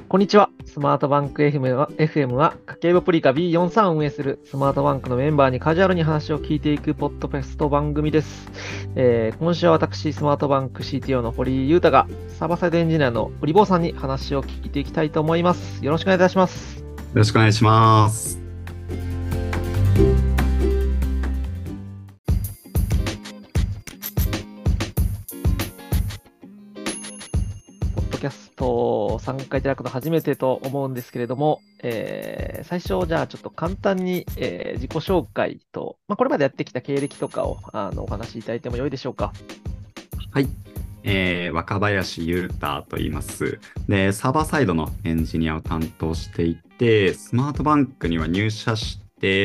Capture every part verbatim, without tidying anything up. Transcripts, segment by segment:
こんにちは。スマートバンク エフエム は、エフエム は家計簿プリカ ビーよんじゅうさん を運営するスマートバンクのメンバーにカジュアルに話を聞いていくポッドキャスト番組です。えー今週は私、スマートバンク シーティーオー の堀井裕太がサーバーサイドエンジニアのウリボーさんに話を聞いていきたいと思います。よろしくお願いいたします。 よろしくお願いします。 ポッドキャスト参加いただくの初めてと思うんですけれども、えー最初、じゃあちょっと簡単に、えー自己紹介と、まあ、これまでやってきた経歴とかをあのお話しいただいてもよいでしょうか。 はい。えー若林優太と言います。で、サーバーサイドのエンジニアを担当していて、スマートバンクには入社して、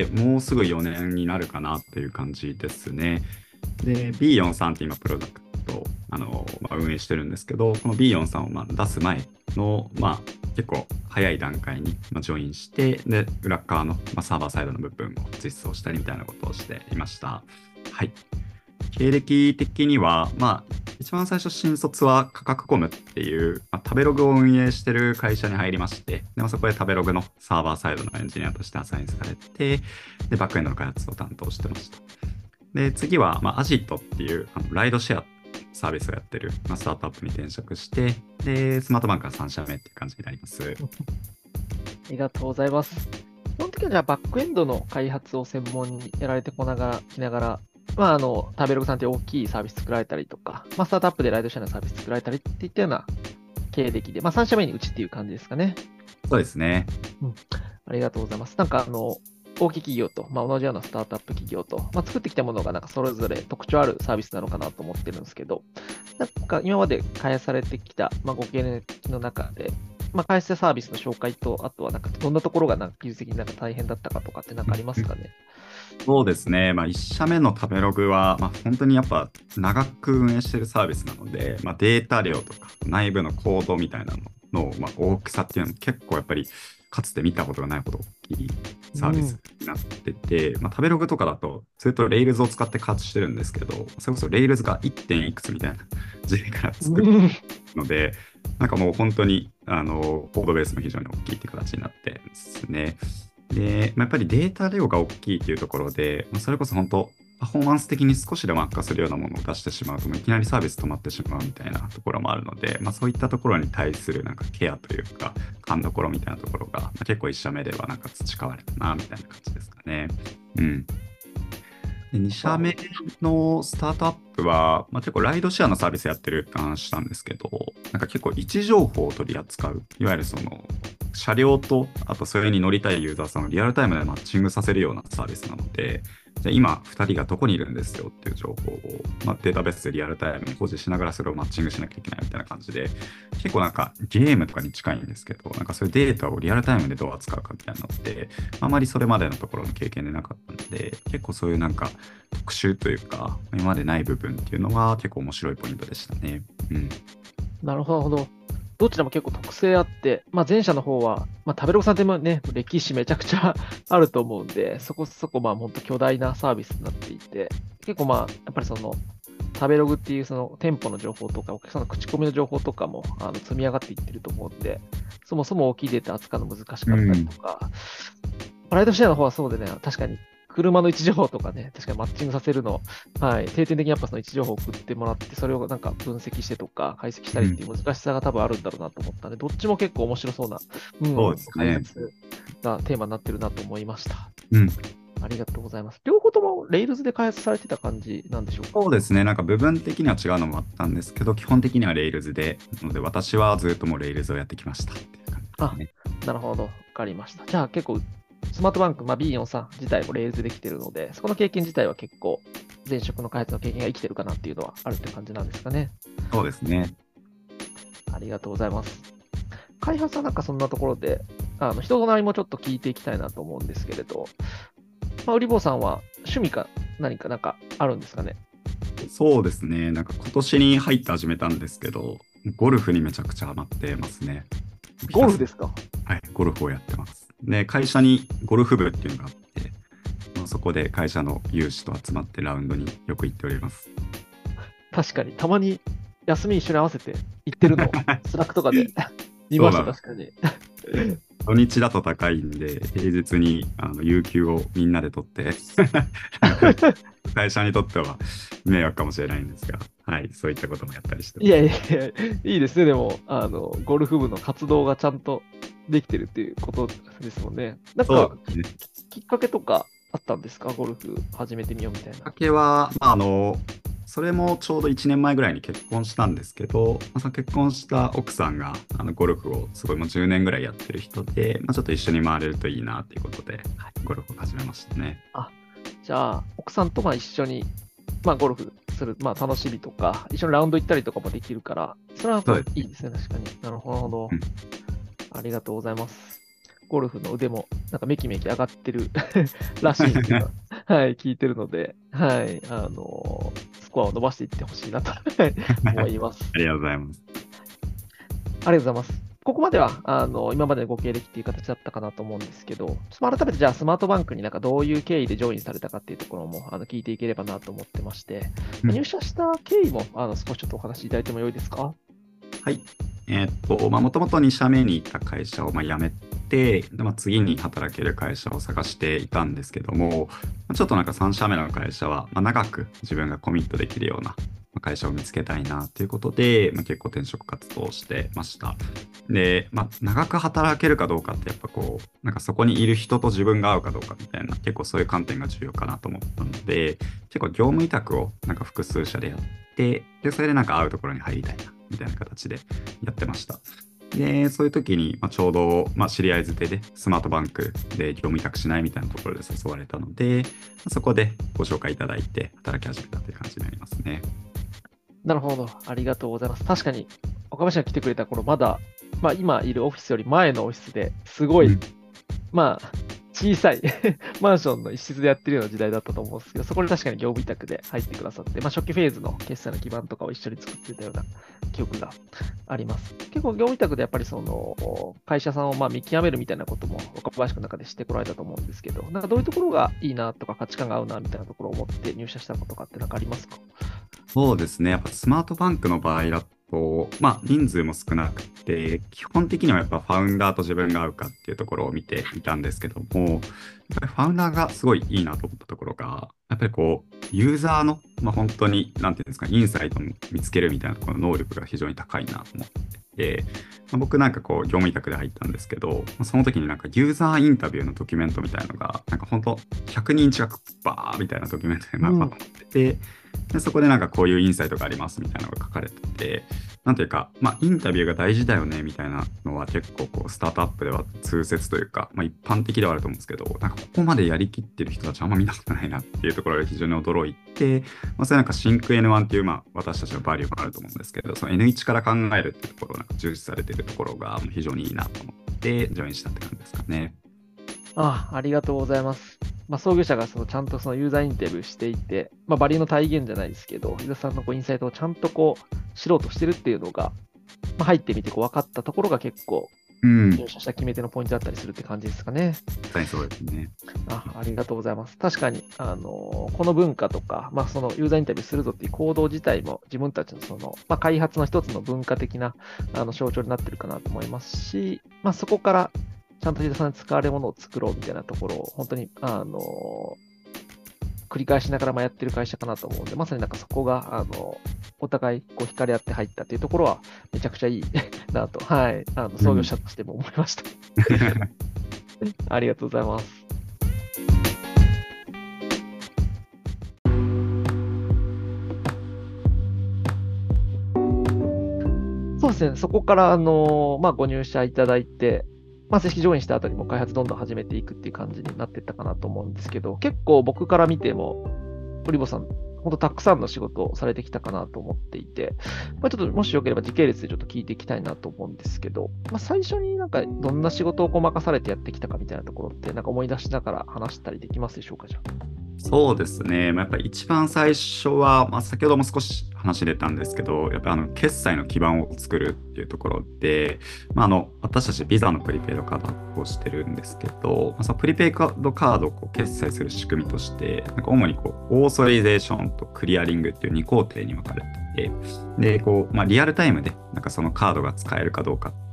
もうすぐよねんになるかなっていう感じですね。で、ビーよんじゅうさん って今プロダクトをあの、まあ、運営してるんですけど、この ビーよんじゅうさん をまあ出す前の、まあ、結構早い段階にまあジョインして、で、裏側の、まあ、サーバーサイドの部分を実装したりみたいなことをしていました。はい。経歴的には、まあ、一番最初、新卒は価格コムっていう、まあ、食べログを運営してる会社に入りまして、でまあそこで食べログのサーバーサイドのエンジニアとしてアサインされて、で、バックエンドの開発を担当してました。で、次は、まあ、アジットっていうあのライドシェアサービスをやってる、まあ、スタートアップに転職して、で、スマートバンクがさん社目っていう感じになります。 ありがとうございます。基本的にはじゃあバックエンドの開発を専門にやられてこながら、きながら、まあ、あの、食べログさんって大きいサービス作られたりとか、まあ、スタートアップでライドシェアのサービス作られたりっていったような経歴で、まあ、さん社目にうちっていう感じですかね。 そうですね。 うん。ありがとうございます。なんか、あの、大きい企業と、まあ、同じようなスタートアップ企業と、まあ、作ってきたものがなんかそれぞれ特徴あるサービスなのかなと思ってるんですけど、なんか今まで開発されてきた、まあ、ご経歴の中で、まあ、開発したサービスの紹介と、あとはなんかどんなところがなんか技術的になんか大変だったかとかってなんかありますかね。 そうですね。まあ、いち社目の食べログは、まあ、本当にやっぱ長く運営してるサービスなので、まあ、データ量とか内部のコードみたいなのの、まあ、大きさっていうのも結構やっぱりかつて見たことがないほど大きいサービスになってて、まあ、食べログとかだとずっと Rails を使って開発してるんですけど、それこそ Rails が いってんいくつみたいな時代から作るうん。 ので、なんかもう本当にあのコードベースも非常に大きいっていう形になってですね。で、まあ、やっぱりデータ量が大きいというところで、まあ、それこそ本当、パフォーマンス的に少しでも悪化するようなものを出してしまうと、もういきなりサービス止まってしまうみたいなところもあるので、まあ、そういったところに対するなんかケアというか、勘どころみたいなところが、まあ、結構一社目ではなんか培われたな、みたいな感じですかね。うん。で、に社目のスタートアップは、まあ、結構ライドシェアのサービスやってるって話したんですけど、なんか結構位置情報を取り扱う、いわゆるその車両と、あとそれに乗りたいユーザーさんをリアルタイムでマッチングさせるようなサービスなので、じゃあ今ふたりがどこにいるんですよっていう情報を、まあ、データベースでリアルタイムに保持しながらそれをマッチングしなきゃいけないみたいな感じで、結構なんかゲームとかに近いんですけど、なんかそういうデータをリアルタイムでどう扱うかみたいなのって、あまりそれまでのところの経験でなかったので、結構そういうなんか特集というか、今までない部分っていうのが結構面白いポイントでしたね。うん。 なるほど。どちらも結構特性あって、まあ、前者の方は、まあ、食べログさんってもね、歴史めちゃくちゃあると思うんで、そこそこまあ本当巨大なサービスになっていて、結構まあ、やっぱりその、食べログっていうその店舗の情報とか、お客さんの口コミの情報とかもあの積み上がっていってると思うんで、そもそも大きいデータ扱うの難しかったりとか、ライドシェアの方はそうでね、確かに車の位置情報とかね、確かにマッチングさせるの、はい、定点的にやっぱその位置情報を送ってもらって、それをなんか分析してとか解析したりっていう難しさが多分あるんだろうなと思ったんで、どっちも結構面白そうな、うそうん、開ですね。 発がテーマになってるなと思いました。 うん。 ありがとうございます。両方とも Rails で開発されてた感じなんでしょうか。 そうですね。なんか部分的には違うのもあったんですけど、基本的には Rails で、なので私はずっともう Rails をやってきましたっていう感じですあ、 ね。 なるほど。わかりました。じゃあ結構、スマートバンク、まあ、ビーよんじゅうさん 自体も Rails できてるので、そこの経験自体は結構、前職の開発の経験が生きてるかなっていうのはあるって感じなんですかね。 そうですね。 ありがとうございます。開発はなんかそんなところで、あの人となりもちょっと聞いていきたいなと思うんですけれど、まあ、ウリボーさんは趣味か何かなんかあるんですかね。 そうですね。なんか今年に入って始めたんですけど、ゴルフにめちゃくちゃハマってますね。ひたすゴルフですか。 はい、ゴルフをやってます。で、会社にゴルフ部っていうのがあって、まあ、そこで会社の有志と集まってラウンドによく行っております。 確かに、たまに休み一緒に合わせて行ってるの、スラックとかで。 見ました、 そうなんです。 確かに。 土日だと高いんで、平日にあの有給をみんなで取ってなんか会社にとっては迷惑かもしれないんですが、はい、そういったこともやったりしてます。 いやいやいや、いいですね。でも、あの、ゴルフ部の活動がちゃんとできてるっていうことですもんね。なんか、 そうですね。 きっかけとかあったんですか？ゴルフ始めてみようみたいな。 きっかけは、まあ、あの、それもちょうどいちねんまえぐらいに結婚したんですけど、まあ、その結婚した奥さんがあのゴルフをすごいもうじゅうねんぐらいやってる人で、まあ、ちょっと一緒に回れるといいなっていうことで、はい、ゴルフを始めましたね。 あ、じゃあ、奥さんとまあ一緒に、まあ、ゴルフする、まあ、楽しみとか、一緒にラウンド行ったりとかもできるから、それはそうですね。 いいですね、確かに。なるほど。 うん。 ありがとうございます。ゴルフの腕も、なんかめきめき上がってるらしいっていうのは、はい、聞いてるので、はい、あのスコアを伸ばしていってほしいなとはい思います。 ありがとうございます。 ありがとうございます。ここまでは、あの、今までのご経歴っていう形だったかなと思うんですけど、ちょっと改めてじゃあスマートバンクになんかどういう経緯でジョインされたかっていうところもあの聞いていければなと思ってまして、 うん。 入社した経緯もあの少しちょっとお話しいただいてもよいですか？ はい。えーっと、まあ、もともとに社目にいた会社をまあ辞めて、でまあ、次に働ける会社を探していたんですけども、まあちょっとなんかさん社目の会社は、まあ、長く自分がコミットできるようなまあ会社を見つけたいなということで、まあ、結構転職活動をしてました。で、まあ、長く働けるかどうかってやっぱこう、なんかそこにいる人と自分が合うかどうかみたいな、結構そういう観点が重要かなと思ったので、結構業務委託をなんか複数社でやって、で、それでなんか合うところに入りたいな、みたいな形でやってました。で、そういう時に、まあ、ちょうど、まあ、知り合いづてでスマートバンクで業務委託しないみたいなところで誘われたので、まあそこでご紹介いただいて働き始めたという感じになりますね。 なるほど。ありがとうございます。確かに、岡林が来てくれた頃、まだ、まあ今いるオフィスより前のオフィスですごいうん。 まあ、小さいマンションの一室でやってるような時代だったと思うんですけど、そこに確かに業務委託で入ってくださって、まあ、初期フェーズの決済の基盤とかを一緒に作ってたような記憶があります。結構業務委託でやっぱりその会社さんをまあ見極めるみたいなことも岡林君の中でしてこられたと思うんですけど、なんかどういうところがいいなとか価値観が合うなみたいなところを思って入社したこととかってなんかありますか？ そうですね。やっぱスマートバンクの場合だと、まあ人数も少なくて、基本的にはやっぱファウンダーと自分が合うかっていうところを見ていたんですけども、やっぱりファウンダーがすごいいいなと思ったところが、やっぱりこう、ユーザーの、まあ本当に、なんていうんですか、インサイトを見つけるみたいなところの能力が非常に高いなと思ってて、まあ僕なんかこう、業務委託で入ったんですけど、まあその時になんかユーザーインタビューのドキュメントみたいなのが、なんか本当ひゃくにん近くバーみたいなドキュメントでまあうん。 まとまってて、で、そこでなんかこういうインサイトがありますみたいなのが書かれてて、なんていうか、まあインタビューが大事だよねみたいなのは結構こうスタートアップでは通説というか、まあ一般的ではあると思うんですけど、なんかここまでやりきってる人たちあんま見たことないなっていうところで非常に驚いて、まあそれなんかシンク エヌワン っていうまあ私たちのバリューもあると思うんですけど、その エヌワン から考えるっていうところをなんか重視されてるところが非常にいいなと思ってジョインしたって感じですかね。 ああ、ありがとうございます。まあ、創業者がそのちゃんとそのユーザーインタビューしていて、まあ、バリューの体現じゃないですけど、ユーザーさんのこうインサイトをちゃんとこう知ろうとしてるっていうのが、まあ、入ってみてこう分かったところが結構うん。 入社した決め手のポイントだったりするって感じですかね。 実際そうですね。 あ、ありがとうございます。確かに、あのこの文化とか、まあ、そのユーザーインタビューするぞっていう行動自体も自分たちのその、まあ、開発の一つの文化的なあの象徴になってるかなと思いますし、まあ、そこからちゃんとユーザーさんに使われるものを作ろうみたいなところを本当に、あの繰り返しながらもやってる会社かなと思うんで、まさになんかそこが、あのお互いこう惹かれ合って入ったっていうところはめちゃくちゃいいなと、はい、あの創業うん。 者としても思いました。ありがとうございます。そうですね、そこから、あのまあ、ご入社いただいて、まあ、正式ジョインした後にも開発どんどん始めていくっていう感じになっていったかなと思うんですけど、結構僕から見ても、オリボさん、本当たくさんの仕事をされてきたかなと思っていて、まあ、ちょっともしよければ時系列でちょっと聞いていきたいなと思うんですけど、まあ、最初になんかどんな仕事をこう任されてやってきたかみたいなところって、なんか思い出しながら話したりできますでしょうか、じゃあ。 そうですね。まあ、やっぱり一番最初は、まあ、先ほども少し話出たんですけど、やっぱりあの決済の基盤を作るっていうところで、まあ、あの私たちビザのプリペイドカード発行してるんですけど、まあ、そのプリペイドカードをこう決済する仕組みとして、なんか主にこうオーソリゼーションとクリアリングっていうに工程に分かれていて、で、こう、まあ、リアルタイムでなんかそのカードが使えるかどうかっ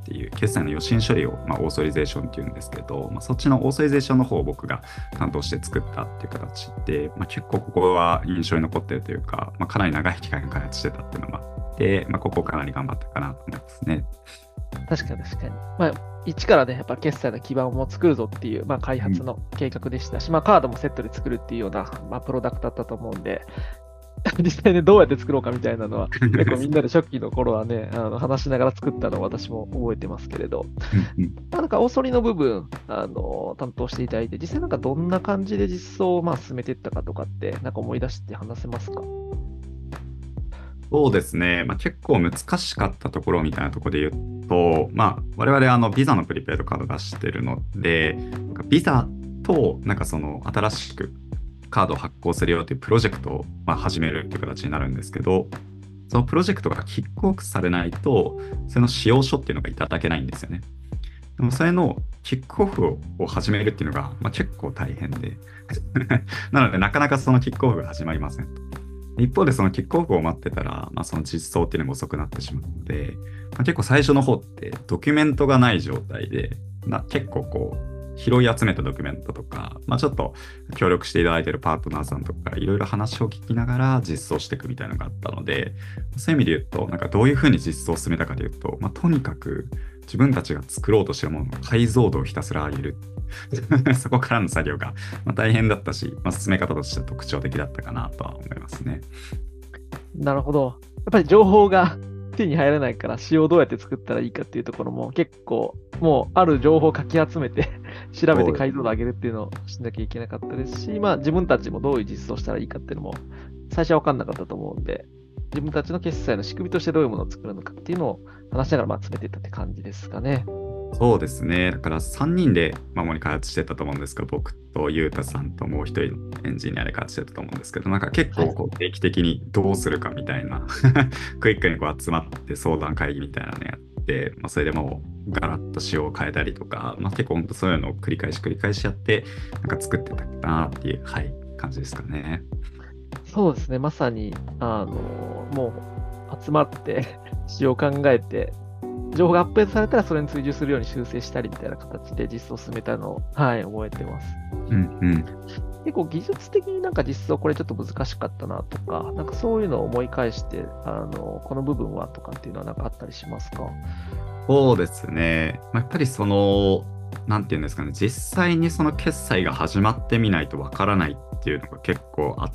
っていう決済の予診処理を、まあ、オーソリゼーションっていうんですけど、まあ、そっちのオーソリゼーションの方を僕が担当して作ったっていう形で、まあ、結構ここは印象に残ってるというか、まあ、かなり長い期間開発してたっていうのもあって、まあ、ここかなり頑張ったかなと思いますね。 確かに確かに。まあ、一からね、やっぱ決済の基盤を作るぞっていう、まあ、開発の計画でしたし、うん、まあ、カードもセットで作るっていうような、まあ、プロダクトだったと思うんで、実際ね、どうやって作ろうかみたいなのは、結構みんなで初期の頃はね、あの話しながら作ったのを私も覚えてますけれど、まあ、なんか、大ソリの部分、あの、担当していただいて、実際なんかどんな感じで実装をまあ進めていったかとかって、なんか思い出して話せますか？ そうですね、まあ、結構難しかったところみたいなところで言うと、まあ、我々あのビザのプリペイドカード出してるので、なんかビザとなんかその新しくカードを発行するよというプロジェクトをまあ始めるという形になるんですけど、そのプロジェクトがキックオフされないと、その使用書っていうのがいただけないんですよね。でもそれのキックオフを始めるっていうのが、まあ、結構大変でなのでなかなかそのキックオフが始まりませんと。一方でそのキックオフを待ってたら、まあ、その実装っていうのが遅くなってしまうので、まあ、結構最初の方ってドキュメントがない状態で、な結構こう拾い集めたドキュメントとか、まあ、ちょっと協力していただいているパートナーさんとかいろいろ話を聞きながら実装していくみたいなのがあったので、そういう意味で言うとなんかどういうふうに実装を進めたかというと、まあ、とにかく自分たちが作ろうとしているものの解像度をひたすら上げるそこからの作業が、まあ、大変だったし、まあ、進め方としては特徴的だったかなとは思いますね。 なるほど。やっぱり情報が手に入らないから仕様をどうやって作ったらいいかっていうところも結構もうある情報をかき集めて調べて解像度を上げるっていうのをしなきゃいけなかったですし、まあ自分たちもどういう実装したらいいかっていうのも最初は分かんなかったと思うんで、自分たちの決済の仕組みとしてどういうものを作るのかっていうのを話しながらまあ詰めていったって感じですかね。 そうですね。だからさんにんで守り開発してたと思うんですけど、僕とゆうたさんともう一人エンジニアで開発してたと思うんですけど、なんか結構こう定期的にどうするかみたいな、クイックにこう集まって相談会議みたいなのやって、まあ、それでもうガラッと仕様を変えたりとか、まあ、結構本当そういうのを繰り返し繰り返しやって、なんか作ってたかなっていう、はい、感じですかね。 そうですね。まさに、あの、もう集まって仕様を考えて、情報がアップデートされたらそれに追従するように修正したりみたいな形で実装を進めたのを、はい、覚えてます。 うんうん。 結構技術的になんか実装これちょっと難しかったなとか、なんかそういうのを思い返して、あの、この部分はとかっていうのはなんかあったりしますか？ そうですね。まあ、やっぱりその、なんていうんですかね、実際にその決済が始まってみないとわからないっていうのが結構あって、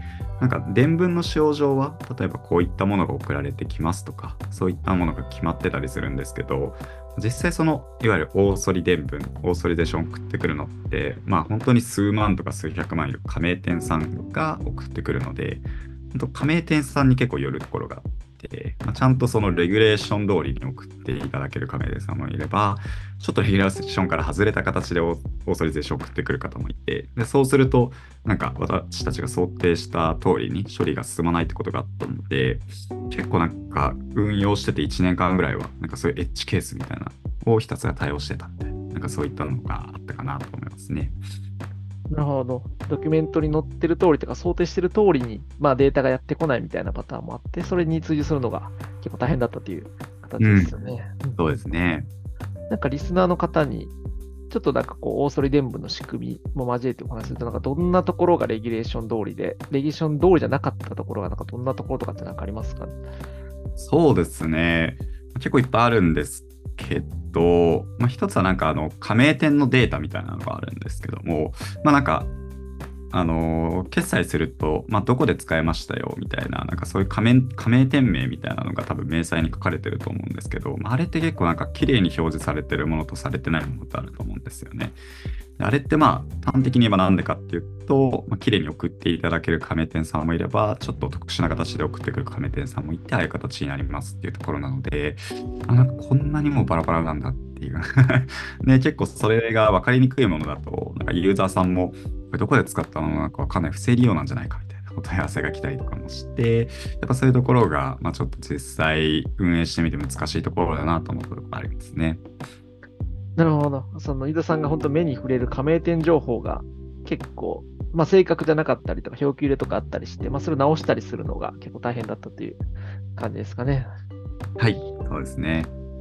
なんか伝聞の使用上は、例えばこういったものが送られてきますとか、そういったものが決まってたりするんですけど、実際その、いわゆる大ソリ伝聞、大ソリデーション送ってくるのって、まあ本当に数万とか数百万いる加盟店さんが送ってくるので、本当加盟店さんに結構よるところがあって、まあ、ちゃんとそのレギュレーション通りに送っていただける加盟店さんもいれば、ちょっとレギュレーションから外れた形でオーソリゼーション送ってくる方もいて、でそうすると、なんか私たちが想定した通りに処理が進まないってことがあったので、結構なんか運用してていちねんかんぐらいは、なんかそういうエッジケースみたいなのをひたすら対応してたんで、なんかそういったのがあったかなと思いますね。 なるほど。ドキュメントに載ってる通りとか想定してる通りに、まあ、データがやってこないみたいなパターンもあって、それに追従するのが結構大変だったという形ですよね。 うん、そうですね。 なんかリスナーの方に、ちょっとなんかこう、大ソリ伝聞の仕組みも交えてお話しすると、なんかどんなところがレギュレーション通りで、レギュレーション通りじゃなかったところが、なんかどんなところとかってなんかありますかね？ そうですね。結構いっぱいあるんですけど、まあ、一つはなんかあの加盟店のデータみたいなのがあるんですけども、まあなんか、あのー決済すると、まあ、どこで使えましたよみたいな、なんかそういう加盟、加盟店名みたいなのが多分明細に書かれてると思うんですけど、まあ、あれって結構なんか綺麗に表示されてるものとされてないものとあると思うんですよね。であれってまあ端的に言えばなんでかっていうと、まあ、綺麗に送っていただける加盟店さんもいれば、ちょっと特殊な形で送ってくる加盟店さんもいて、ああいう形になりますっていうところなので、あ、なんかこんなにもバラバラなんだっていうね、結構それが分かりにくいものだと、なんかユーザーさんも、これどこで使ったのなんかわかんない、不正利用なんじゃないかみたいなお問い合わせが来たりとかもして、やっぱそういうところが、まあ、ちょっと実際運営してみて難しいところだなと思うところがありますね。 なるほど。その、井田さんが本当目に触れる加盟店情報が結構、まあ、正確じゃなかったりとか、表記入れとかあったりして、まあ、それを直したりするのが結構大変だったという感じですかね。 はい、そうですね。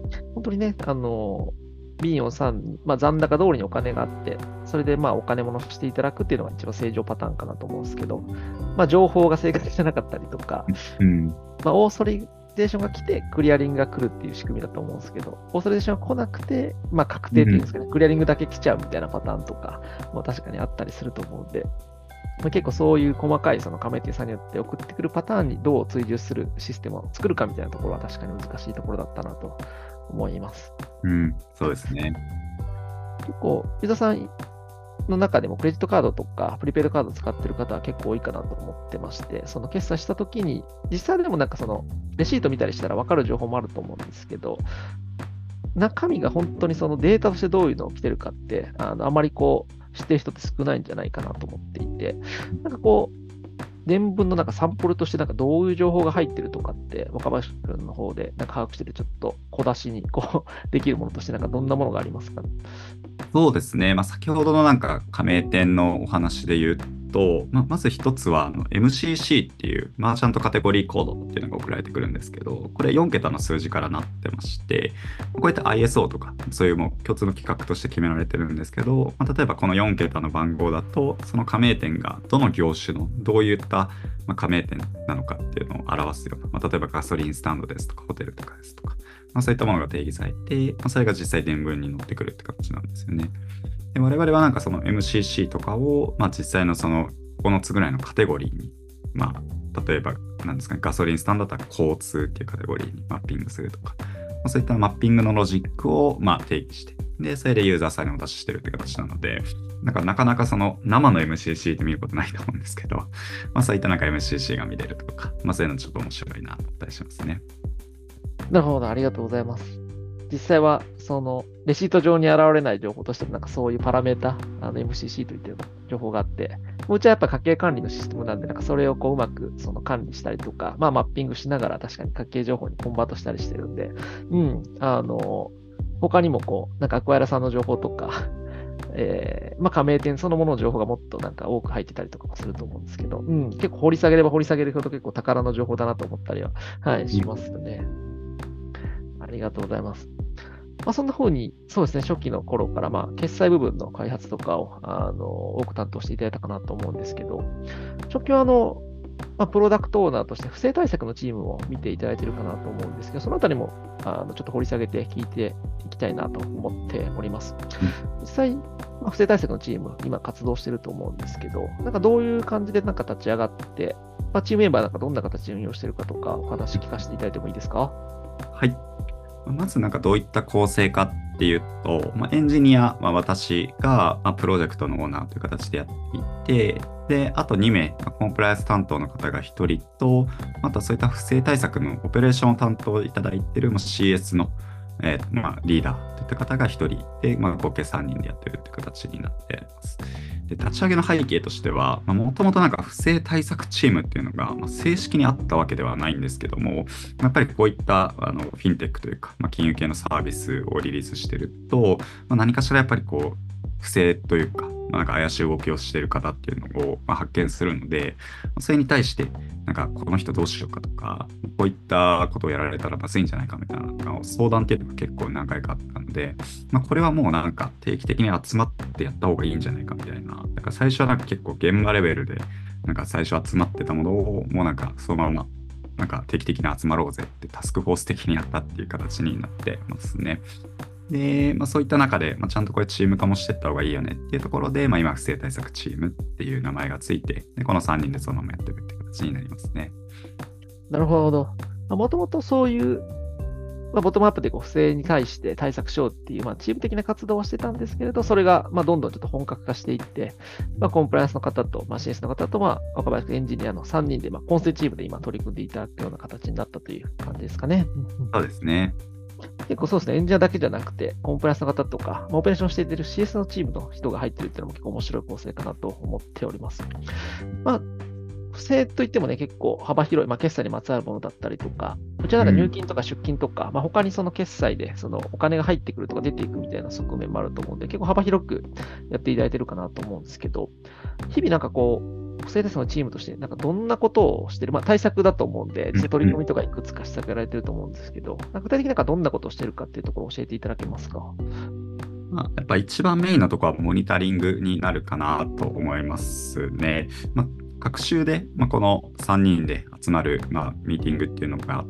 本当にね、あの、ビーよんさんに、まあ、残高通りにお金があって、それでまあお金戻していただくっていうのが一番正常パターンかなと思うんですけど、まあ、情報が正確じゃなかったりとか、 うん。 まあ、オーソリデーションが来て、クリアリングが来るっていう仕組みだと思うんですけど、オーソリデーションが来なくて、まあ、確定っていうんですかね、クリアリングだけ来ちゃうみたいなパターンとかも確かにあったりすると思うんで、まあ、結構そういう細かいその加盟店さんによって送ってくるパターンにどう追従するシステムを作るかみたいなところは確かに難しいところだったなと思います。 うん。そうですね。 結構、ユーザーさんの中でもクレジットカードとかプリペイドカードを使ってる方は結構多いかなと思ってまして、その決済したときに、実際でもなんかそのレシート見たりしたら分かる情報もあると思うんですけど、中身が本当にそのデータとしてどういうのを来てるかって、あのあまりこう知ってる人って少ないんじゃないかなと思っていて、なんかこう、伝聞のなんかサンプルとしてなんかどういう情報が入ってるとかって、若林君の方でなんか把握してて、ちょっと小出しにこうできるものとして、なんかどんなものがありますかね。 そうですね。まあ、先ほどのなんか加盟店のお話で言うと、まあ、まず一つはあの エムシーシー っていうマーチャントカテゴリーコードっていうのが送られてくるんですけど、これよん桁の数字からなってまして、こうやって アイエスオー とかそういうもう共通の規格として決められてるんですけど、まあ、例えばこのよん桁の番号だと、その加盟店がどの業種のどういったまあ加盟店なのかっていうのを表すような、まあ、例えばガソリンスタンドですとかホテルとかですとか、まあ、そういったものが定義されて、まあ、それが実際伝聞に載ってくるって形なんですよね。で我々はなんかその エムシーシー とかを、まあ、実際のそのここのつぐらいのカテゴリーに、まあ、例えばなんですかね、ガソリンスタンドだったら交通っていうカテゴリーにマッピングするとか、まあ、そういったマッピングのロジックをまあ定義して、でそれでユーザーさんにお出ししてるって形なので、なんかなかなかその生の エムシーシー って見ることないと思うんですけど、まあ、そういったなんか エムシーシー が見れるとか、まあ、そういうのちょっと面白いなと思ったりしますね。 なるほど、ありがとうございます。実際は、その、レシート上に現れない情報としても、なんかそういうパラメータ、あの エムシーシー といったような情報があって、うちはやっぱ家計管理のシステムなんで、なんかそれをこううまくその管理したりとか、まあマッピングしながら確かに家計情報にコンバートしたりしてるんで、うん、あの、他にもこう、なんかアクアラさんの情報とか、えー、まあ加盟店そのものの情報がもっとなんか多く入ってたりとかもすると思うんですけど、うん、結構掘り下げれば掘り下げるほど結構宝の情報だなと思ったりは、はい、しますね。ありがとうございます。まあ、そんな風に、そうですね、初期の頃から、まあ、決済部分の開発とかを、あの、多く担当していただいたかなと思うんですけど、初期は、あの、まあ、プロダクトオーナーとして不正対策のチームを見ていただいているかなと思うんですけど、そのあたりも、あの、ちょっと掘り下げて聞いていきたいなと思っております。実際、まあ、不正対策のチーム、今活動していると思うんですけど、なんかどういう感じでなんか立ち上がって、まあ、チームメンバーなんかどんな形で運用しているかとか、お話聞かせていただいてもいいですか？ はい。まずなんかどういった構成かっていうと、まあ、エンジニア、まあ、私が、まあ、プロジェクトのオーナーという形でやっていて、で、あとに名、まあ、コンプライアンス担当の方がひとりと、あとはそういった不正対策のオペレーションを担当いただいている、まあ、シーエス の、えーまあ、リーダーといった方がひとりで、まあ、合計さんにんでやってるって形になっています。で、立ち上げの背景としては、もともとなんか不正対策チームっていうのが、まあ、正式にあったわけではないんですけども、やっぱりこういったあのフィンテックというか、まあ、金融系のサービスをリリースしてると、まあ、何かしらやっぱりこう、不正というか、まあ、なんか怪しい動きをしている方っていうのを、まあ、発見するので、それに対して、なんかこの人どうしようかとか、こういったことをやられたらまずいんじゃないかみたいなのを相談っていうのが結構何回かあったので、まあ、これはもうなんか定期的に集まってやった方がいいんじゃないかみたいな、だから最初はなんか結構現場レベルで、なんか最初集まってたものを、もうなんかそのまま、なんか定期的に集まろうぜってタスクフォース的にやったっていう形になってますね。で、まあ、そういった中で、まあ、ちゃんとこれチーム化もしていった方がいいよねっていうところで、まあ、今、不正対策チームっていう名前がついて、でこのさんにんでそのままやってるっていう形になりますね。 なるほど。もともとそういう、まあ、ボトムアップでこう不正に対して対策しようっていう、まあ、チーム的な活動をしてたんですけれど、それがまあどんどんちょっと本格化していって、まあ、コンプライアンスの方と、まあ、シーエス の方と、まあ、若林エンジニアのさんにんで、まあ、混成チームで今取り組んでいただくような形になったという感じですかね。 そうですね。 結構そうですね、エンジニアだけじゃなくて、コンプライアンスの方とか、まあ、オペレーションしている シーエス のチームの人が入っているっていうのも結構面白い構成かなと思っております。まあ不正といってもね、結構幅広い、まあ、決済にまつわるものだったりとか、こちらなんか入金とか出金とか、うんまあ、他にその決済でそのお金が入ってくるとか出ていくみたいな側面もあると思うんで、結構幅広くやっていただいてるかなと思うんですけど、日々なんかこう、 不正対策のチームとして、なんかどんなことをしてる、まあ、対策だと思うんで、実際取り組みとかいくつか施策やられてると思うんですけど、なんか具体的になんかどんなことをしてるかっていうところを教えていただけますか？ まあ、やっぱ一番メインなところはモニタリングになるかなと思いますね。まあ、各週で、まあ、このさんにんで集まる、まあ、ミーティングっていうのがあって、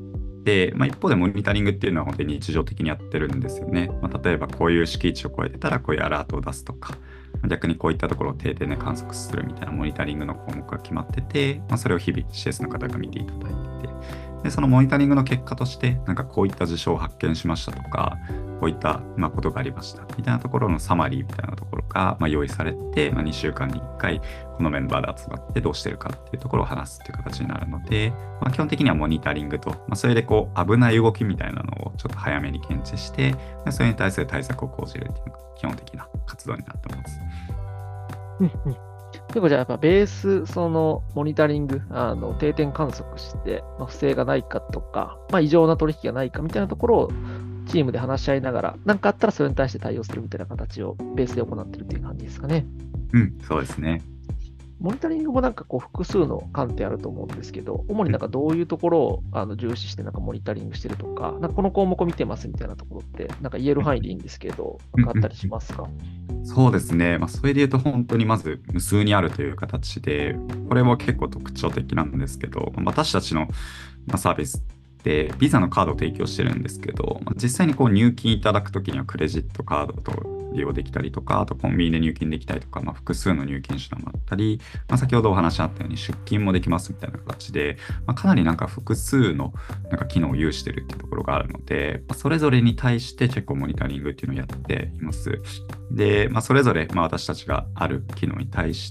まあ、一方でモニタリングっていうのは本当に日常的にやってるんですよね。まあ、例えばこういう敷地を超えてたらこういうアラートを出すとか、逆にこういったところを定点で観測するみたいなモニタリングの項目が決まってて、まあ、それを日々 シーエス の方が見ていただいてて、でそのモニタリングの結果として、なんかこういった事象を発見しましたとか、こういったまあことがありましたみたいなところのサマリーみたいなところがまあ用意されて、まあ、にしゅうかんにいっかいこのメンバーで集まってどうしてるかっていうところを話すっていう形になるので、まあ、基本的にはモニタリングと、まあ、それでこう危ない動きみたいなのをちょっと早めに検知して、でそれに対する対策を講じるっていうのが基本的な活動になってます。 うんうん。結構じゃあやっぱベース、そのモニタリング、あの定点観測して、まあ、不正がないかとか、まあ、異常な取引がないかみたいなところをチームで話し合いながら、何かあったらそれに対して対応するみたいな形をベースで行っているっていう感じですかね。 うん、そうですね。 モニタリングもなんかこう複数の観点あると思うんですけど、主になんかどういうところをあの重視してなんかモニタリングしてるとか、なんかこの項目を見てますみたいなところって、なんか言える範囲でいいんですけど、なんかあったりしますか？ そうですね。まあ、それで言うと本当にまず無数にあるという形で、これも結構特徴的なんですけど、私たちのまあサービスってビザのカードを提供してるんですけど、まあ、実際にこう入金いただくときにはクレジットカードと利用できたりとか、あとコンビニで入金できたりとか、まあ、複数の入金手段もあったり、まあ、先ほどお話あったように出金もできますみたいな形で、まあ、かなりなんか複数のなんか機能を有してるっていうところがあるので、まあ、それぞれに対して結構モニタリングっていうのをやっています。で、まあ、それぞれまあ私たちがある機能に対して、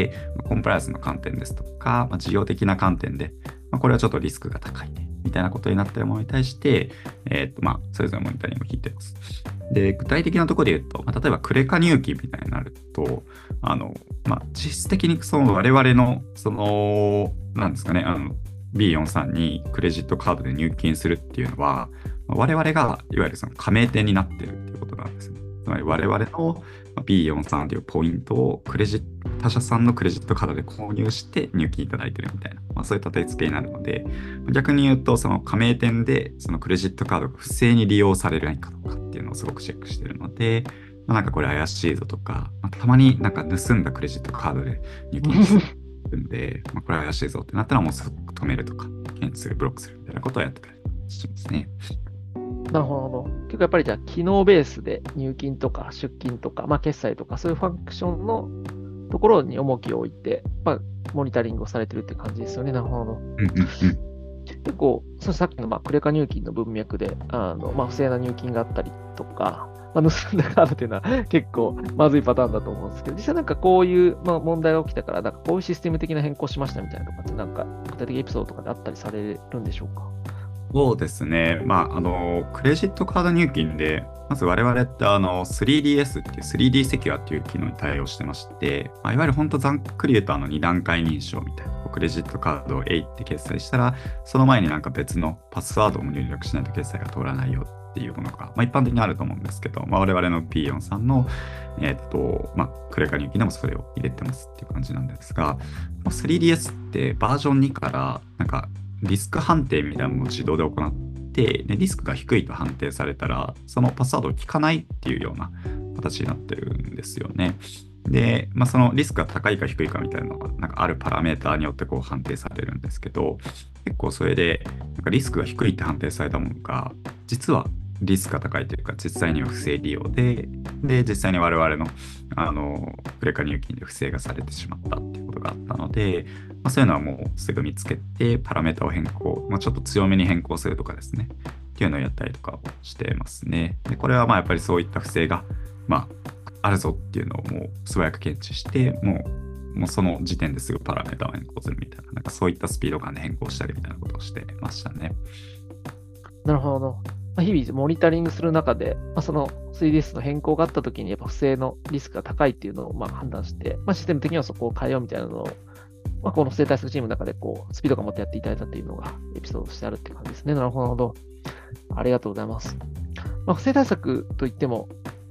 コンプライアンスの観点ですとか、まあ、事業的な観点で、まあ、これはちょっとリスクが高いね、みたいなことになっているものに対して、えーとまあ、それぞれモニタリングを引いています。で、具体的なところで言うと、まあ、例えばクレカ入金みたいになると、あの、まあ、実質的にその我々の、その、なんですかね、あの、ビーよんじゅうさん にクレジットカードで入金するっていうのは、我々がいわゆるその加盟店になってるっていうことなんですね。つまり我々の ビーよんじゅうさん というポイントをクレジット他社さんのクレジットカードで購入して入金いただいてるみたいな、まあ、そういった立て付けになるので、逆に言うとその加盟店でそのクレジットカードが不正に利用されないかどうかっていうのをすごくチェックしてるので、まあ、なんかこれ怪しいぞとか、まあ、たまになんか盗んだクレジットカードで入金するんでまあこれ怪しいぞってなったらもうすぐ止めるとか検知するブロックするみたいなことをやってたりしますね。 なるほど。結構やっぱりじゃあ機能ベースで入金とか出金とか、まあ、決済とかそういうファンクションのところに重きを置いて、まあ、モニタリングをされてるって感じですよね。なるほど。 うんうんうん、 結構、そさっきのまあクレカ入金の文脈で、あのまあ、不正な入金があったりとか、まあ、盗んだカードっていうのは結構まずいパターンだと思うんですけど、実際なんかこういう、まあ、問題が起きたから、なんかこういうシステム的な変更しましたみたいなとかって、なんか具体的エピソードとかであったりされるんでしょうか？ そうですね。まあ、あの、クレジットカード入金で、まず我々ってあの スリーディーエス っていう スリーディー セキュアっていう機能に対応してまして、まあ、いわゆる本当ざっくり言うとあのに段階認証みたいな、クレジットカードをえいって決済したら、その前になんか別のパスワードも入力しないと決済が通らないよっていうものが、まあ、一般的にあると思うんですけど、まあ、我々の ビーよんじゅうさん の、えーっと、まあ、クレカ入金でもそれを入れてますっていう感じなんですが、まあ、スリーディーエス ってバージョンにからなんかリスク判定みたいなのを自動で行ってでリスクが低いと判定されたらそのパスワードを聞かないっていうような形になってるんですよね。で、まあ、そのリスクが高いか低いかみたいなのがなんかあるパラメーターによってこう判定されるんですけど、結構それでなんかリスクが低いって判定されたものが実はリスクが高いというか実際には不正利用でで実際に我々のあのクレカ入金で不正がされてしまったっていうことがあったので、まあ、そういうのはもうすぐ見つけてパラメータを変更、まあ、ちょっと強めに変更するとかですねっていうのをやったりとかをしてますね。でこれはまあやっぱりそういった不正が、まあ、あるぞっていうのをもう素早く検知してもうもうその時点ですぐパラメータを変更するみたいな、なんかそういったスピード感で変更したりみたいなことをしてましたね。 なるほど。まあ、日々モニタリングする中で、まあ、その スリーディーエス の変更があったときにやっぱ不正のリスクが高いっていうのをまあ判断して、まあ、システム的にはそこを変えようみたいなのを、まあ、この不正対策チームの中でこうスピード感を持ってやっていただいたっていうのがエピソードとしてあるっていう感じですね。なるほど。ありがとうございます。まあ、不正対策といっても、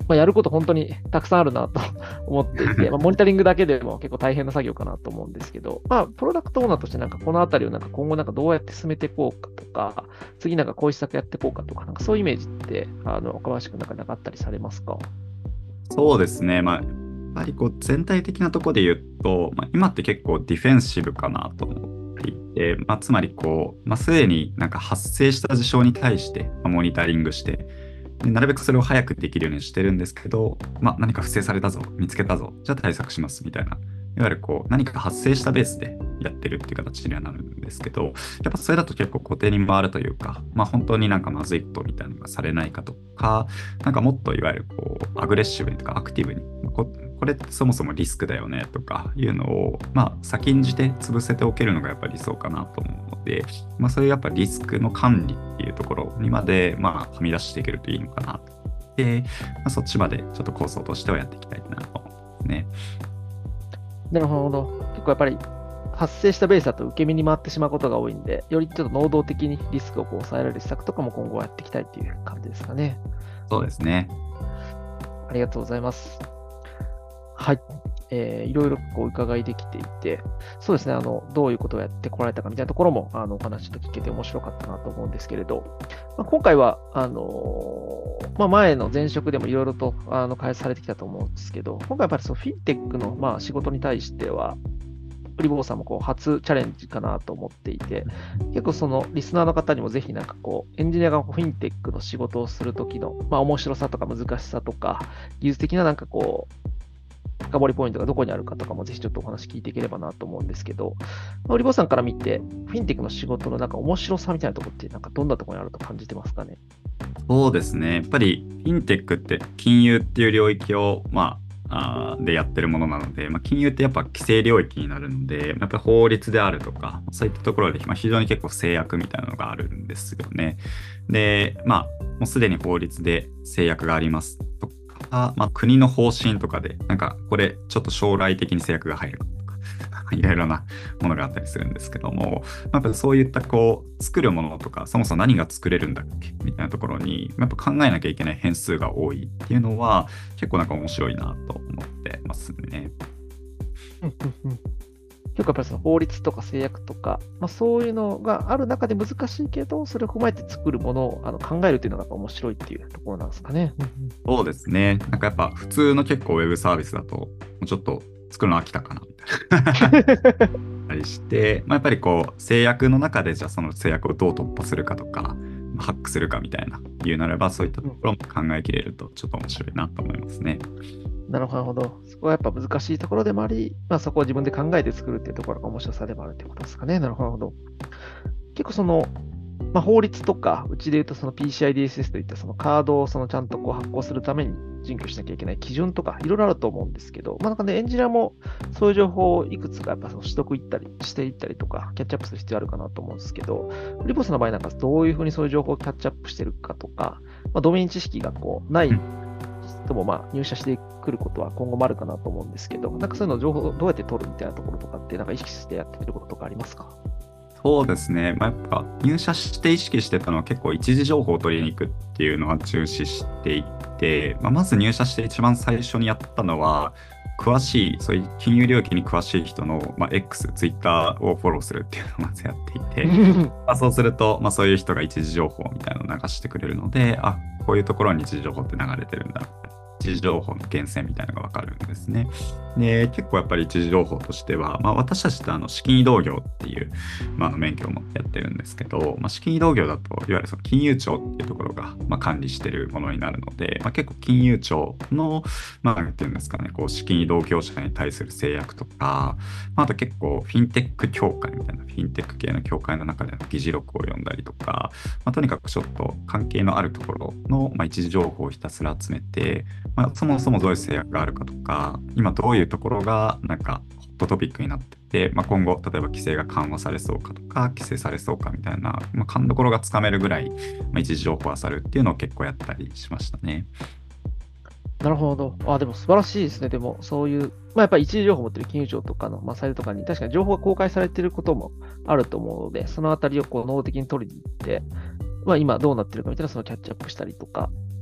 まあ、やること本当にたくさんあるなと思っていて、まあ、モニタリングだけでも結構大変な作業かなと思うんですけど、まあ、プロダクトオーナーとしてなんかこのあたりをなんか今後なんかどうやって進めていこうかとか、次なんかこういう施策やっていこうかとか、なんかそういうイメージってあの岡林くんなんかなかったりされますか？ そうですね。まあ、やっぱりこう全体的なところで言うと、まあ、今って結構ディフェンシブかなと思っていて、まあ、つまりこう、まあ、すでになんか発生した事象に対して、まあモニタリングして、でなるべくそれを早くできるようにしてるんですけど、まあ、何か不正されたぞ、見つけたぞ、じゃあ対策しますみたいな、いわゆるこう何か発生したベースでやってるっていう形にはなるんですけど、やっぱそれだと結構固定に回るというか、まあ、本当になんかまずいことみたいなのがされないかとか、なんかもっといわゆるこうアグレッシブにとかアクティブに、ここれってそもそもリスクだよねとかいうのを、まあ、先んじて潰せておけるのがやっぱり理想かなと思うので、まあ、そういうやっぱリスクの管理っていうところにまで、まあ、はみ出していけるといいのかなと。で、まあ、そっちまでちょっと構想としてはやっていきたいなと思いますね。 なるほど。結構やっぱり発生したベースだと受け身に回ってしまうことが多いんで、よりちょっと能動的にリスクをこう抑えられる施策とかも今後はやっていきたいっていう感じですかね。 そうですね。 ありがとうございます。はい。えーいろいろこう伺いできていて、そうですね、あの、どういうことをやってこられたかみたいなところも、あの、お話ちょっと聞けて面白かったなと思うんですけれど、まあ、今回は、あのーまあ、前の前職でもいろいろと、あの、開発されてきたと思うんですけど、今回やっぱりそのフィンテックの、まあ、仕事に対しては、リボーさんもこう初チャレンジかなと思っていて、結構そのリスナーの方にもぜひなんかこう、エンジニアがこうフィンテックの仕事をするときの、まあ、面白さとか難しさとか、技術的ななんかこう、深掘りポイントがどこにあるかとかもぜひちょっとお話聞いていければなと思うんですけど、まあ、リボさんから見て、フィンテックの仕事のなんか面白さみたいなところってなんかどんなところにあると感じてますかね？ そうですね。やっぱりフィンテックって金融っていう領域を、まあ、あーでやってるものなので、まあ、金融ってやっぱ規制領域になるので、やっぱり法律であるとか、そういったところで、まあ、非常に結構制約みたいなのがあるんですよね。で、まあ、もうすでに法律で制約がありますとか、まあ、国の方針とかで、なんかこれちょっと将来的に制約が入るとか、いろいろなものがあったりするんですけども、やっぱりそういったこう作るものとか、そもそも何が作れるんだっけみたいなところにやっぱ考えなきゃいけない変数が多いっていうのは結構なんか面白いなと思ってますね。 うんうんうん。結構やっぱりその法律とか制約とか、まあ、そういうのがある中で難しいけど、それを踏まえて作るものをあの考えるというのがやっぱ面白いっていうところなんですかね。うんうん。 そうですね。なんかやっぱ普通の結構ウェブサービスだともうちょっと作るの飽きたかなみたいなたりして、まあ、やっぱりこう制約の中でじゃあその制約をどう突破するかとかハックするかみたいな言うならばそういったところも考えきれるとちょっと面白いなと思いますね。 なるほど。そこはやっぱ難しいところでもあり、まあ、そこを自分で考えて作るっていうところが面白さでもあるということですかね。なるほど。結構その、まあ、法律とか、うちで言うとその ピーシーアイディーエスエス といったそのカードをそのちゃんとこう発行するために準拠しなきゃいけない基準とかいろいろあると思うんですけど、まあ、なんかね、エンジニアもそういう情報をいくつかやっぱその取得いったりしていったりとか、キャッチアップする必要あるかなと思うんですけど、リボスの場合なんかどういうふうにそういう情報をキャッチアップしてるかとか、まあ、ドメイン知識がこうない人もまあ入社してくることは今後もあるかなと思うんですけど、なんかそういうの情報をどうやって取るみたいなところとかってなんか意識してやってることとかありますか？ そうですね。まあ、やっぱ入社して意識してたのは結構一時情報を取りに行くっていうのは重視していて、まあ、まず入社して一番最初にやったのは、詳しい、そういう金融領域に詳しい人の、まあ、X、Twitter をフォローするっていうのをまずやっていて、まあ、そうすると、まあ、そういう人が一時情報みたいなのを流してくれるので、あ、こういうところに一時情報って流れてるんだ。一時情報の源泉みたいなのが分かるんですね。で、結構やっぱり一時情報としては、まあ、私たちってあの資金移動業っていう、まあ、あの免許を持ってやってるんですけど、まあ、資金移動業だといわゆるその金融庁っていうところが、まあ、管理してるものになるので、まあ、結構金融庁の、まあ、なんていうんですかね、こう資金移動業者に対する制約とか、まあ、あと結構フィンテック協会みたいなフィンテック系の協会の中での議事録を読んだりとか、まあ、とにかくちょっと関係のあるところの、まあ、一時情報をひたすら集めて、まあ、そもそもどういう制約があるかとか、今どういうところがなんかホットトピックになってて、まあ、今後例えば規制が緩和されそうかとか規制されそうかみたいな、まあ、勘どころがつかめるぐらい、まあ、一時情報を漁るっていうのを結構やったりしましたね。 なるほど。あ、でも素晴らしいですね。でも、そういう、まあ、やっぱり一時情報を持っている金融庁とかの、まあ、サイトとかに、確かに情報が公開されていることもあると思うので、そのあたりをこう、能的に取りに行って、まあ、今どうなってるかみたいな、そのキャッチアップしたりとか、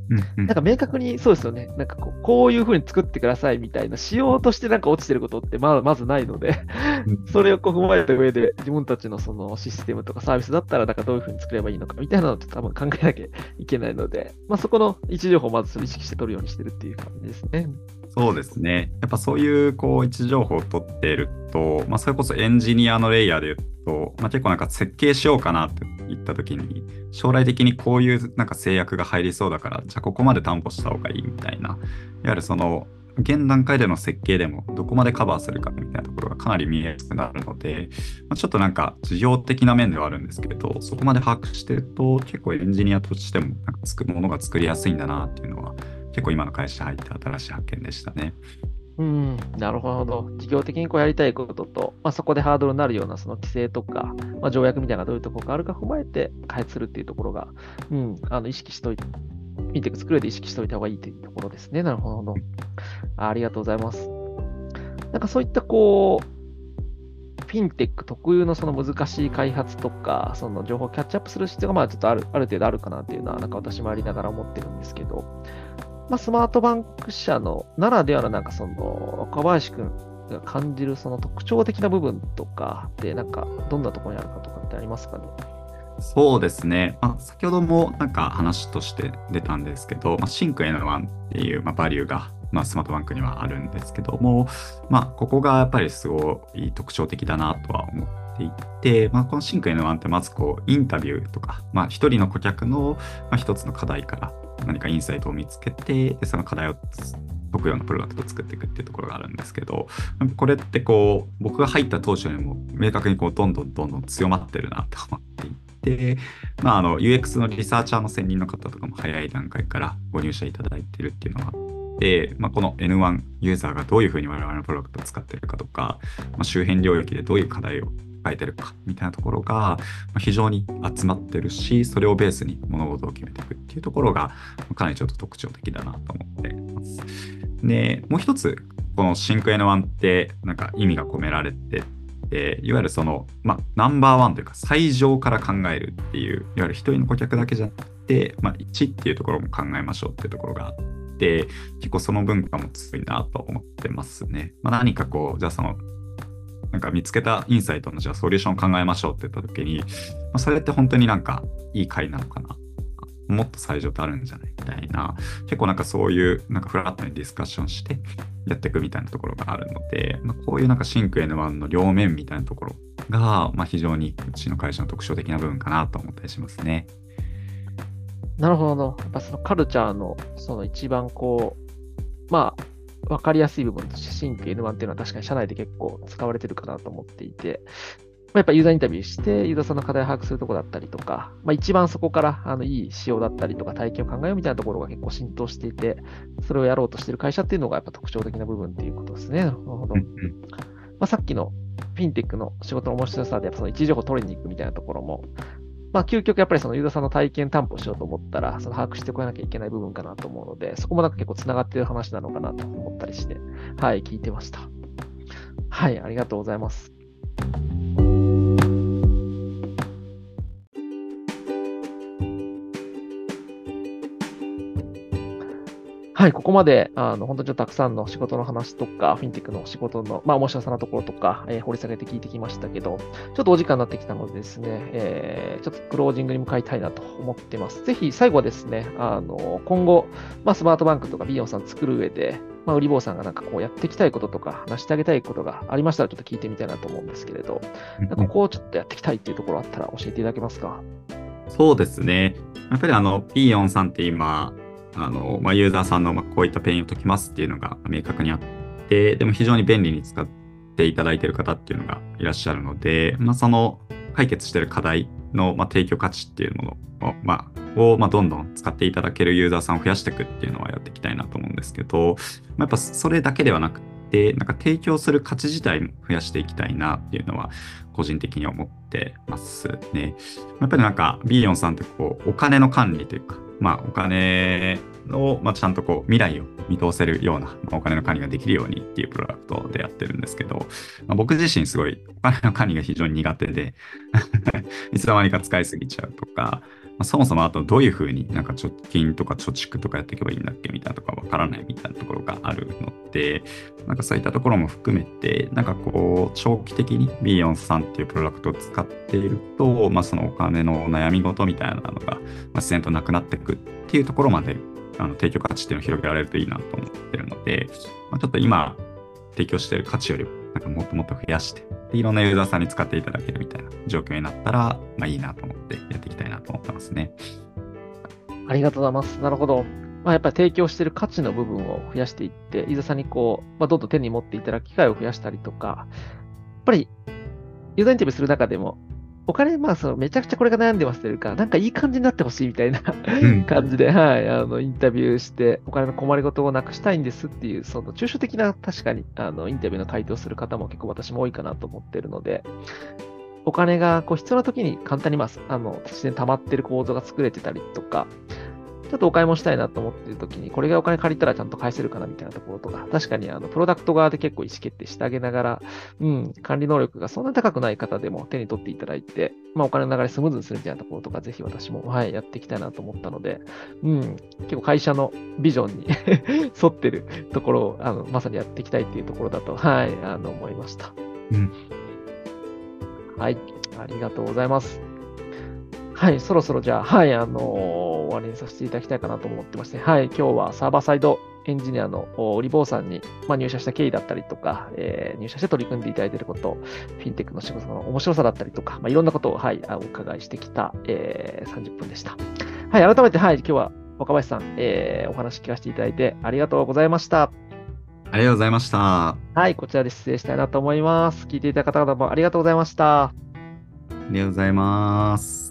うんうん。 なんか明確にそうですよね。なんかこう、こういうふうに作ってくださいみたいな、仕様としてなんか落ちてることってまあまずないので、 うそれんをこう踏まえた上で、自分たちのそのシステムとかサービスだったら、なんかどういうふうに作ればいいのかみたいなのって多分考えなきゃいけないので、まあそこの位置情報をまずそれ意識して取るようにしてるっていう感じですね。 そうですね。やっぱそういうこう位置情報を取っていると、まあ、それこそエンジニアのレイヤーで言うと、まあ、結構なんか設計しようかなって言った時に、将来的にこういうなんか制約が入りそうだから、じゃあここまで担保した方がいいみたいな、いわゆるその現段階での設計でもどこまでカバーするかみたいなところがかなり見えやすくなるので、まあ、ちょっとなんか事業的な面ではあるんですけど、そこまで把握してると結構エンジニアとしてもなんかつくものが作りやすいんだなっていうのは結構今の会社入って新しい発見でしたね。 うん、なるほど。事業的にこうやりたいことと、まあ、そこでハードルになるようなその規制とか、まあ、条約みたいなのがどういうところがあるか踏まえて開発するっていうところが、うん、あの意識しといて、フィンテック作る上で意識しておいた方がいいというところですね。なるほど。あありがとうございます。なんかそういったこう、フィンテック特有のその難しい開発とか、その情報をキャッチアップする必要がまあちょっとある、ある程度あるかなっていうのは、なんか私もありながら思ってるんですけど、まあ、スマートバンク社のならではのなんかその、若林くんが感じるその特徴的な部分とかって、なんかどんなところにあるかとかってありますかね。 そうですね。まあ、先ほどもなんか話として出たんですけど、まあ、シンク エヌワン っていう、まあ、バリューが、まあ、スマートバンクにはあるんですけども、まあ、ここがやっぱりすごい特徴的だなとは思っていて、まあ、このシンク エヌワン ってまずこうインタビューとか、まあ、一人の顧客の、まあ、一つの課題から何かインサイトを見つけて、でその課題を解くようなプロダクトを作っていくっていうところがあるんですけど、これってこう僕が入った当初よりも明確にこうどんどんどんどん強まってるなと思っていて、で、まあ、あの ユーエックス のリサーチャーの専任の方とかも早い段階からご入社いただいているっていうのがあって、まあ、この エヌワン ユーザーがどういうふうに我々のプロダクトを使っているかとか、まあ、周辺領域でどういう課題を抱えているかみたいなところが非常に集まってるし、それをベースに物事を決めていくっていうところがかなりちょっと特徴的だなと思っています。で、もう一つ、この シンク エヌワン ってなんか意味が込められてて、いわゆるその、まあ、ナンバーワンというか最上から考えるっていう、いわゆる一人の顧客だけじゃなくて、まあ、いちっていうところも考えましょうっていうところがあって、結構その文化も強いなと思ってますね。まあ、何かこう、じゃあその、なんか見つけたインサイトのじゃあソリューションを考えましょうって言った時に、まあ、それって本当になんかいい回なのかな、もっと最上ってあるんじゃないみたいな、結構なんかそういうなんかフラットにディスカッションしてやっていくみたいなところがあるので、まあ、こういうなんかシンク エヌワン の両面みたいなところが、まあ、非常にうちの会社の特徴的な部分かなと思ったりしますね。 なるほど。やっぱそのカルチャーのその一番こう、まあ、わかりやすい部分として、新規 エヌワン っていうのは確かに社内で結構使われてるかなと思っていて、まあ、やっぱユーザーインタビューして、ユーザーさんの課題を把握するところだったりとか、まあ、一番そこからあのいい仕様だったりとか体験を考えようみたいなところが結構浸透していて、それをやろうとしている会社っていうのがやっぱ特徴的な部分っていうことですね。なるほど。まうんうん。 あ、さっきのフィンテックの仕事の面白さで、やっぱその位置情報を取りに行くみたいなところも、まあ、究極やっぱりそのユーザーさんの体験担保しようと思ったら、その把握してこなきゃいけない部分かなと思うので、そこもなんか結構つながっている話なのかなと思ったりして、はい、聞いてました。はい、ありがとうございます。はい、ここまで、あの、本当にちょっとたくさんの仕事の話とか、フィンテックの仕事の、まあ、面白さなところとか、えー掘り下げて聞いてきましたけど、ちょっとお時間になってきたのでですね、えーちょっとクロージングに向かいたいなと思ってます。ぜひ、最後はですね、あの、今後、まあ、スマートバンクとかビヨンさん作る上で、まあ、ウリボーさんがなんかこうやっていきたいこととか、話してあげたいことがありましたら、ちょっと聞いてみたいなと思うんですけれど、 うんうん。 なんかここをちょっとやっていきたいっていうところあったら教えていただけますか？ そうですね。やっぱりあの ピーよん さんって今、あの、まあ、ユーザーさんのまあこういったペインを解きますっていうのが明確にあって、でも非常に便利に使っていただいている方っていうのがいらっしゃるので、まあ、その解決している課題のまあ提供価値っていうものを、まあ、をまあどんどん使っていただけるユーザーさんを増やしていくっていうのはやっていきたいなと思うんですけど、まあ、やっぱそれだけではなくて、なんか提供する価値自体も増やしていきたいなっていうのは個人的に思ってますね。やっぱりなんか ビーよん さんってこうお金の管理というか、まあお金を、まあ、ちゃんとこう未来を見通せるような、まあ、お金の管理ができるようにっていうプロダクトでやってるんですけど、まあ、僕自身すごいお金の管理が非常に苦手でいつの間にか使いすぎちゃうとか、 あ、そもそもあとどういうふうになんか貯金とか貯蓄とかやっていけばいいんだっけみたいなとかわからないみたいなところがあるので、なんかそういったところも含めて、なんかこう、長期的に ビーよんじゅうさん っていうプロダクトを使っていると、まあそのお金の悩み事みたいなのが、まあ、自然となくなっていくっていうところまで、あの提供価値っていうのを広げられるといいなと思ってるので、まあ、ちょっと今提供している価値よりも、なんかもっともっと増やして、でいろんなユーザーさんに使っていただけるみたいな状況になったら、まあいいなと思ってやっていきたいなと思ってますね。 ありがとうございます。なるほど。まあ、やっぱり提供している価値の部分を増やしていって、ユーザーさんにこう、まあ、どんどん手に持っていただく機会を増やしたりとか、やっぱりユーザーインタビューする中でも、お金、まあ、そのめちゃくちゃこれが悩んでますというか、なんかいい感じになってほしいみたいなうん。 感じで、はい、あの、インタビューして、お金の困りごとをなくしたいんですっていう、その抽象的な、確かに、あの、インタビューの回答する方も結構私も多いかなと思ってるので、お金がこう必要な時に簡単に、まあ、あの、自然に溜まってる構造が作れてたりとか、ちょっとお買い物したいなと思っているときに、これがお金借りたらちゃんと返せるかなみたいなところとか、確かにあの、プロダクト側で結構意思決定してあげながら、うん、管理能力がそんなに高くない方でも手に取っていただいて、まあお金の流れスムーズにするみたいなところとか、ぜひ私も、はい、やっていきたいなと思ったので、うん、結構会社のビジョンに沿ってるところを、あの、まさにやっていきたいっていうところだと、はい、あの、思いました。 うん。 はい、ありがとうございます。はい、そろそろじゃあ、はい、あのー終わりにさせていただきたいかなと思ってまして、はい、今日はサーバーサイドエンジニアのおリボーさんに、まあ、入社した経緯だったりとか、えー入社して取り組んでいただいていること、フィンテックの仕事の面白さだったりとか、まあ、いろんなことを、はい、あお伺いしてきた、えーさんじゅっぷんでした。はい、改めて、はい、今日は若林さん、えーお話聞かせていただいてありがとうございました。 ありがとうございました。 はい、こちらで失礼したいなと思います。聞いていただいた方々もありがとうございました。 ありがとうございます。